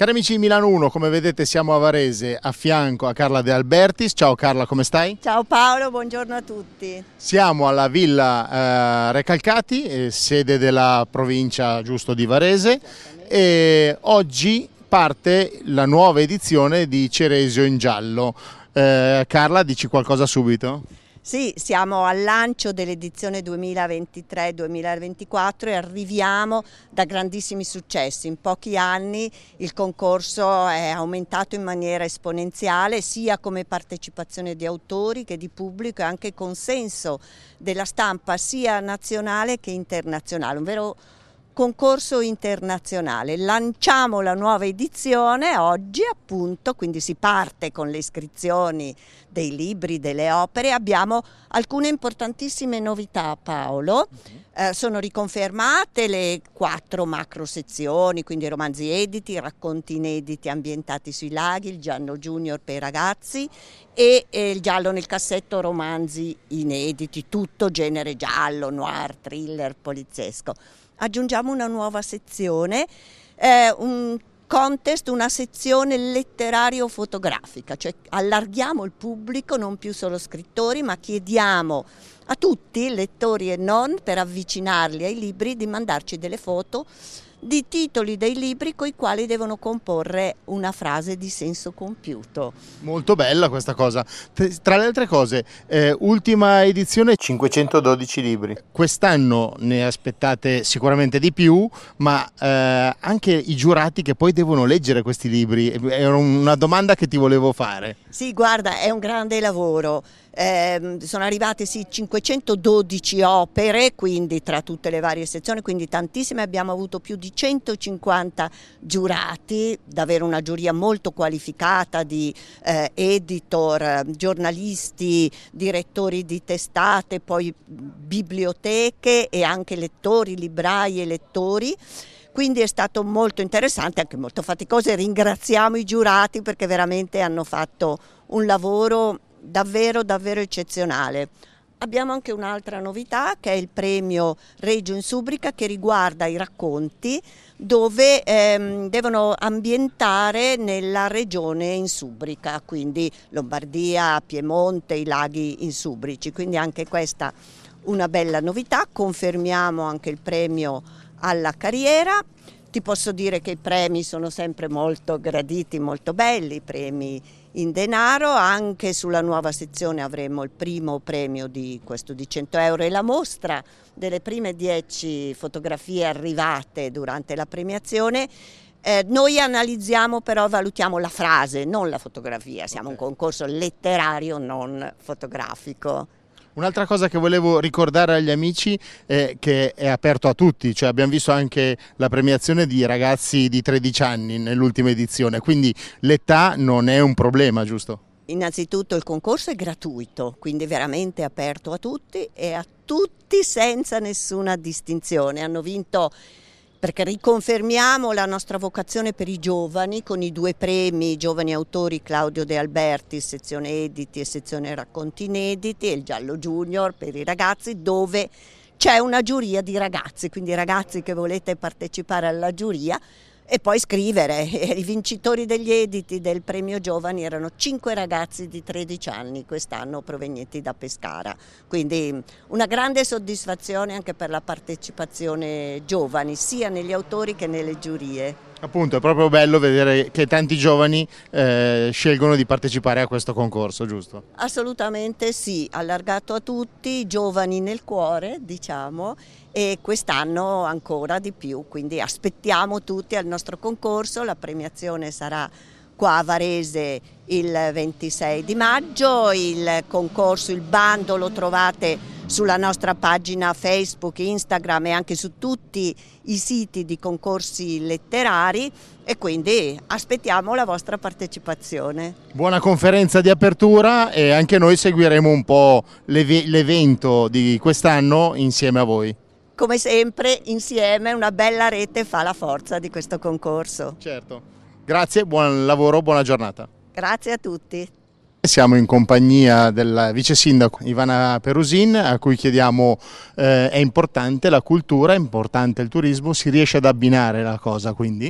Cari amici di Milano 1, come vedete siamo a Varese a fianco a Carla De Albertis. Ciao Carla, come stai? Ciao Paolo, buongiorno a tutti. Siamo alla Villa Recalcati, sede della provincia giusto di Varese, e oggi parte la nuova edizione di Ceresio in Giallo. Carla, dici qualcosa subito? Sì, siamo al lancio dell'edizione 2023-2024 e arriviamo da grandissimi successi. In pochi anni il concorso è aumentato in maniera esponenziale sia come partecipazione di autori che di pubblico e anche consenso della stampa sia nazionale che internazionale, un vero concorso internazionale. Lanciamo la nuova edizione oggi appunto, quindi si parte con le iscrizioni dei libri, delle opere. Abbiamo alcune importantissime novità, Paolo. Sono riconfermate le 4 macro sezioni, quindi romanzi editi, racconti inediti ambientati sui laghi, il giallo junior per i ragazzi e il giallo nel cassetto, romanzi inediti, tutto genere giallo, noir, thriller, poliziesco. Aggiungiamo una nuova sezione, un contest, una sezione letterario-fotografica, cioè allarghiamo il pubblico, non più solo scrittori, ma chiediamo a tutti, lettori e non, per avvicinarli ai libri, di mandarci delle foto di titoli dei libri con i quali devono comporre una frase di senso compiuto. Molto bella questa cosa. Tra le altre cose, ultima edizione, 512 libri. Quest'anno ne aspettate sicuramente di più, ma anche i giurati che poi devono leggere questi libri. Era una domanda che ti volevo fare. Sì, guarda, è un grande lavoro. Sono arrivate 512 opere, quindi tra tutte le varie sezioni, quindi tantissime. Abbiamo avuto più di 150 giurati, davvero una giuria molto qualificata di editor, giornalisti, direttori di testate, poi biblioteche e anche lettori, librai e lettori. Quindi è stato molto interessante, anche molto faticoso, e ringraziamo i giurati perché veramente hanno fatto un lavoro davvero eccezionale. Abbiamo anche un'altra novità che è il premio Regio Insubrica, che riguarda i racconti dove devono ambientare nella regione insubrica, quindi Lombardia, Piemonte, i laghi insubrici, quindi anche questa una bella novità. Confermiamo anche il premio alla carriera. Ti posso dire che i premi sono sempre molto graditi, molto belli, premi in denaro. Anche sulla nuova sezione avremo il primo premio di 100 euro e la mostra delle prime 10 fotografie arrivate durante la premiazione. Noi analizziamo però, valutiamo la frase, non la fotografia, siamo un concorso letterario, non fotografico. Un'altra cosa che volevo ricordare agli amici è che è aperto a tutti, cioè abbiamo visto anche la premiazione di ragazzi di 13 anni nell'ultima edizione, quindi l'età non è un problema, giusto? Innanzitutto il concorso è gratuito, quindi veramente aperto a tutti e a tutti senza nessuna distinzione. Hanno vinto, perché riconfermiamo la nostra vocazione per i giovani con i 2 premi Giovani Autori Claudio De Albertis, sezione editi e sezione racconti inediti, e il giallo junior per i ragazzi, dove c'è una giuria di ragazzi, quindi ragazzi che volete partecipare alla giuria e poi scrivere. I vincitori degli editi del premio Giovani erano 5 ragazzi di 13 anni quest'anno provenienti da Pescara, quindi una grande soddisfazione anche per la partecipazione giovani sia negli autori che nelle giurie. Appunto, è proprio bello vedere che tanti giovani scelgono di partecipare a questo concorso, giusto? Assolutamente sì, allargato a tutti, giovani nel cuore, diciamo, e quest'anno ancora di più, quindi aspettiamo tutti al nostro concorso. La premiazione sarà qua a Varese il 26 di maggio, il concorso, il bando lo trovate sulla nostra pagina Facebook, Instagram e anche su tutti i siti di concorsi letterari, e quindi aspettiamo la vostra partecipazione. Buona conferenza di apertura e anche noi seguiremo un po' l'evento di quest'anno insieme a voi. Come sempre insieme una bella rete fa la forza di questo concorso. Certo, grazie, buon lavoro, buona giornata. Grazie a tutti. Siamo in compagnia del vice sindaco Ivana Perusin, a cui chiediamo è importante la cultura, è importante il turismo, si riesce ad abbinare la cosa quindi?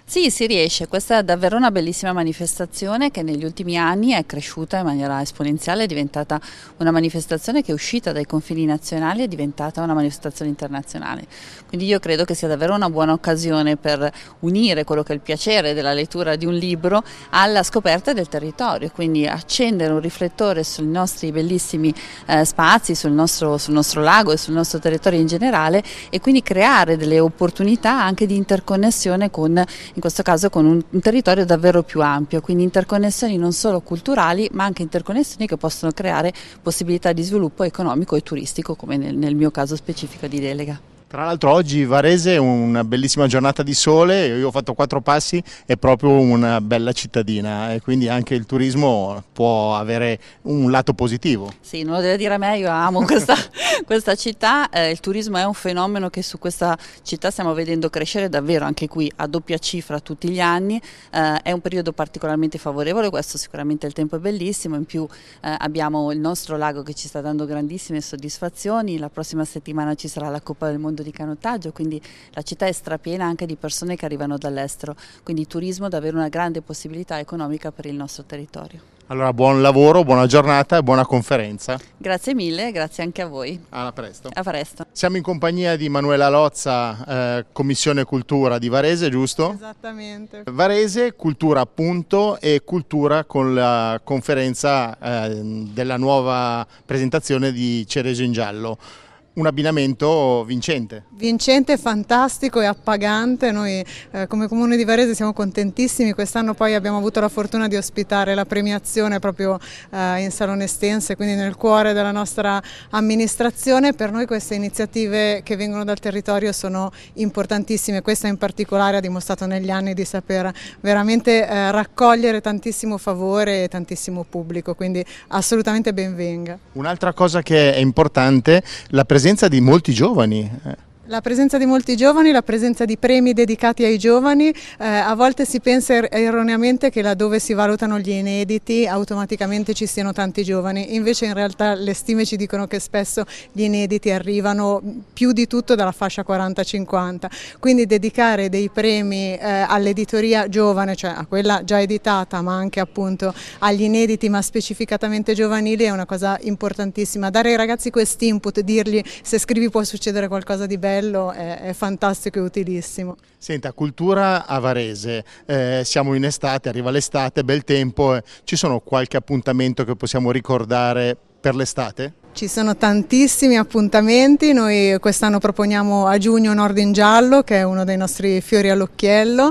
Sì, si riesce, questa è davvero una bellissima manifestazione che negli ultimi anni è cresciuta in maniera esponenziale, è diventata una manifestazione che è uscita dai confini nazionali, è diventata una manifestazione internazionale. Quindi io credo che sia davvero una buona occasione per unire quello che è il piacere della lettura di un libro alla scoperta del territorio, quindi accendere un riflettore sui nostri bellissimi spazi, sul nostro lago e sul nostro territorio in generale, e quindi creare delle opportunità anche di interconnessione con, in questo caso, con un territorio davvero più ampio, quindi interconnessioni non solo culturali ma anche interconnessioni che possono creare possibilità di sviluppo economico e turistico, come nel mio caso specifico di delega. Tra l'altro oggi Varese è una bellissima giornata di sole, io ho fatto 4 passi, è proprio una bella cittadina e quindi anche il turismo può avere un lato positivo. Sì, non lo deve dire a me, io amo questa città, il turismo è un fenomeno che su questa città stiamo vedendo crescere davvero anche qui a doppia cifra tutti gli anni, è un periodo particolarmente favorevole, questo sicuramente il tempo è bellissimo, in più abbiamo il nostro lago che ci sta dando grandissime soddisfazioni, la prossima settimana ci sarà la Coppa del Mondo di canottaggio, quindi la città è strapiena anche di persone che arrivano dall'estero, quindi turismo davvero una grande possibilità economica per il nostro territorio. Allora buon lavoro, buona giornata e buona conferenza. Grazie mille, grazie anche a voi. A presto. A presto. Siamo in compagnia di Manuela Lozza, Commissione Cultura di Varese, giusto? Esattamente. Varese, cultura appunto, e cultura con la conferenza della nuova presentazione di Cereso in Giallo. Un abbinamento vincente. Vincente, fantastico e appagante. Noi come Comune di Varese siamo contentissimi. Quest'anno poi abbiamo avuto la fortuna di ospitare la premiazione proprio in Salone Estense, quindi nel cuore della nostra amministrazione. Per noi queste iniziative che vengono dal territorio sono importantissime. Questa in particolare ha dimostrato negli anni di saper veramente raccogliere tantissimo favore e tantissimo pubblico, quindi assolutamente ben venga. Un'altra cosa che è importante, la presenza di molti giovani. La presenza di molti giovani, la presenza di premi dedicati ai giovani, a volte si pensa erroneamente che laddove si valutano gli inediti automaticamente ci siano tanti giovani, invece in realtà le stime ci dicono che spesso gli inediti arrivano più di tutto dalla fascia 40-50, quindi dedicare dei premi all'editoria giovane, cioè a quella già editata ma anche appunto agli inediti ma specificatamente giovanili è una cosa importantissima, dare ai ragazzi questi input, dirgli se scrivi può succedere qualcosa di bello, è fantastico e utilissimo. Senta, cultura a Varese, siamo in estate, arriva l'estate, bel tempo, ci sono qualche appuntamento che possiamo ricordare per l'estate? Ci sono tantissimi appuntamenti, noi quest'anno proponiamo a giugno Nord in Giallo che è uno dei nostri fiori all'occhiello,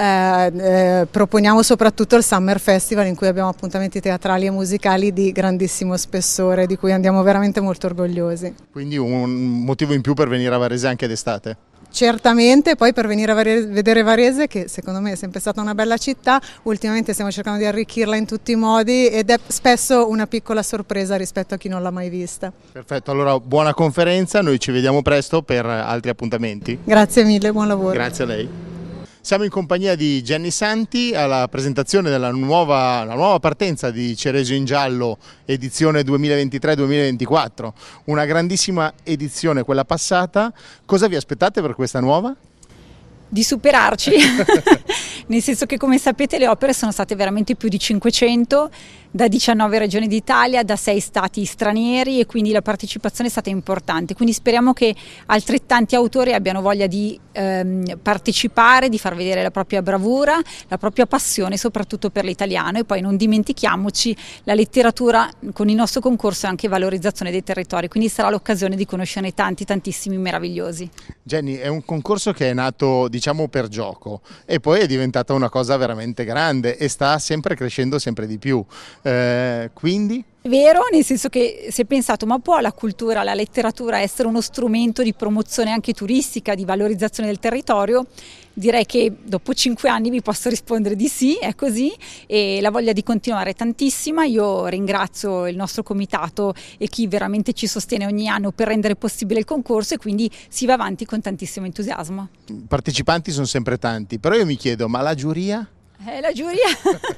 proponiamo soprattutto il Summer Festival in cui abbiamo appuntamenti teatrali e musicali di grandissimo spessore di cui andiamo veramente molto orgogliosi. Quindi un motivo in più per venire a Varese anche d'estate? Certamente, poi per venire a vedere Varese, che secondo me è sempre stata una bella città, ultimamente stiamo cercando di arricchirla in tutti i modi ed è spesso una piccola sorpresa rispetto a chi non l'ha mai vista. Perfetto, allora buona conferenza, noi ci vediamo presto per altri appuntamenti. Grazie mille, buon lavoro. Grazie a lei. Siamo in compagnia di Jenny Santi alla presentazione della nuova partenza di Cereso in Giallo edizione 2023-2024, una grandissima edizione quella passata. Cosa vi aspettate per questa nuova? Di superarci, nel senso che come sapete le opere sono state veramente più di 500 da 19 regioni d'Italia, da 6 stati stranieri e quindi la partecipazione è stata importante, quindi speriamo che altrettanti autori abbiano voglia di partecipare, di far vedere la propria bravura, la propria passione soprattutto per l'italiano e poi non dimentichiamoci la letteratura con il nostro concorso è anche valorizzazione dei territori, quindi sarà l'occasione di conoscerne tantissimi meravigliosi. Jenny, è un concorso che è nato diciamo per gioco e poi è diventata una cosa veramente grande e sta sempre crescendo sempre di più, quindi? Vero, nel senso che si è pensato ma può la cultura, la letteratura essere uno strumento di promozione anche turistica, di valorizzazione del territorio? Direi che dopo 5 anni vi posso rispondere di sì, è così e la voglia di continuare è tantissima. Io ringrazio il nostro comitato e chi veramente ci sostiene ogni anno per rendere possibile il concorso e quindi si va avanti con tantissimo entusiasmo. I partecipanti sono sempre tanti, però io mi chiedo, ma la giuria? La giuria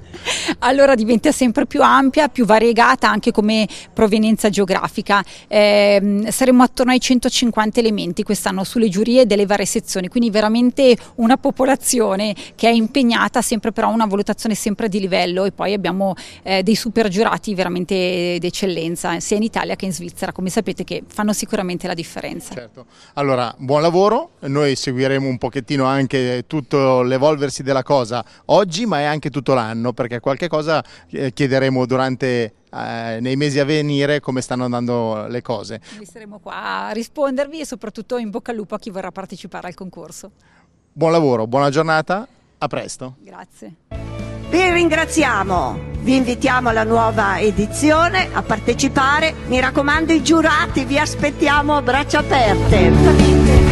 allora diventa sempre più ampia, più variegata anche come provenienza geografica. Saremo attorno ai 150 elementi quest'anno sulle giurie delle varie sezioni, quindi veramente una popolazione che è impegnata sempre, però una valutazione sempre di livello, e poi abbiamo dei super giurati veramente d'eccellenza sia in Italia che in Svizzera, come sapete, che fanno sicuramente la differenza. Certo. Allora, buon lavoro, noi seguiremo un pochettino anche tutto l'evolversi della cosa oggi, ma è anche tutto l'anno, perché qualche cosa chiederemo durante nei mesi a venire come stanno andando le cose. Quindi saremo qua a rispondervi, e soprattutto in bocca al lupo a chi vorrà partecipare al concorso. Buon lavoro, buona giornata, a presto. Grazie. Vi ringraziamo, vi invitiamo alla nuova edizione a partecipare. Mi raccomando, i giurati vi aspettiamo a braccia aperte.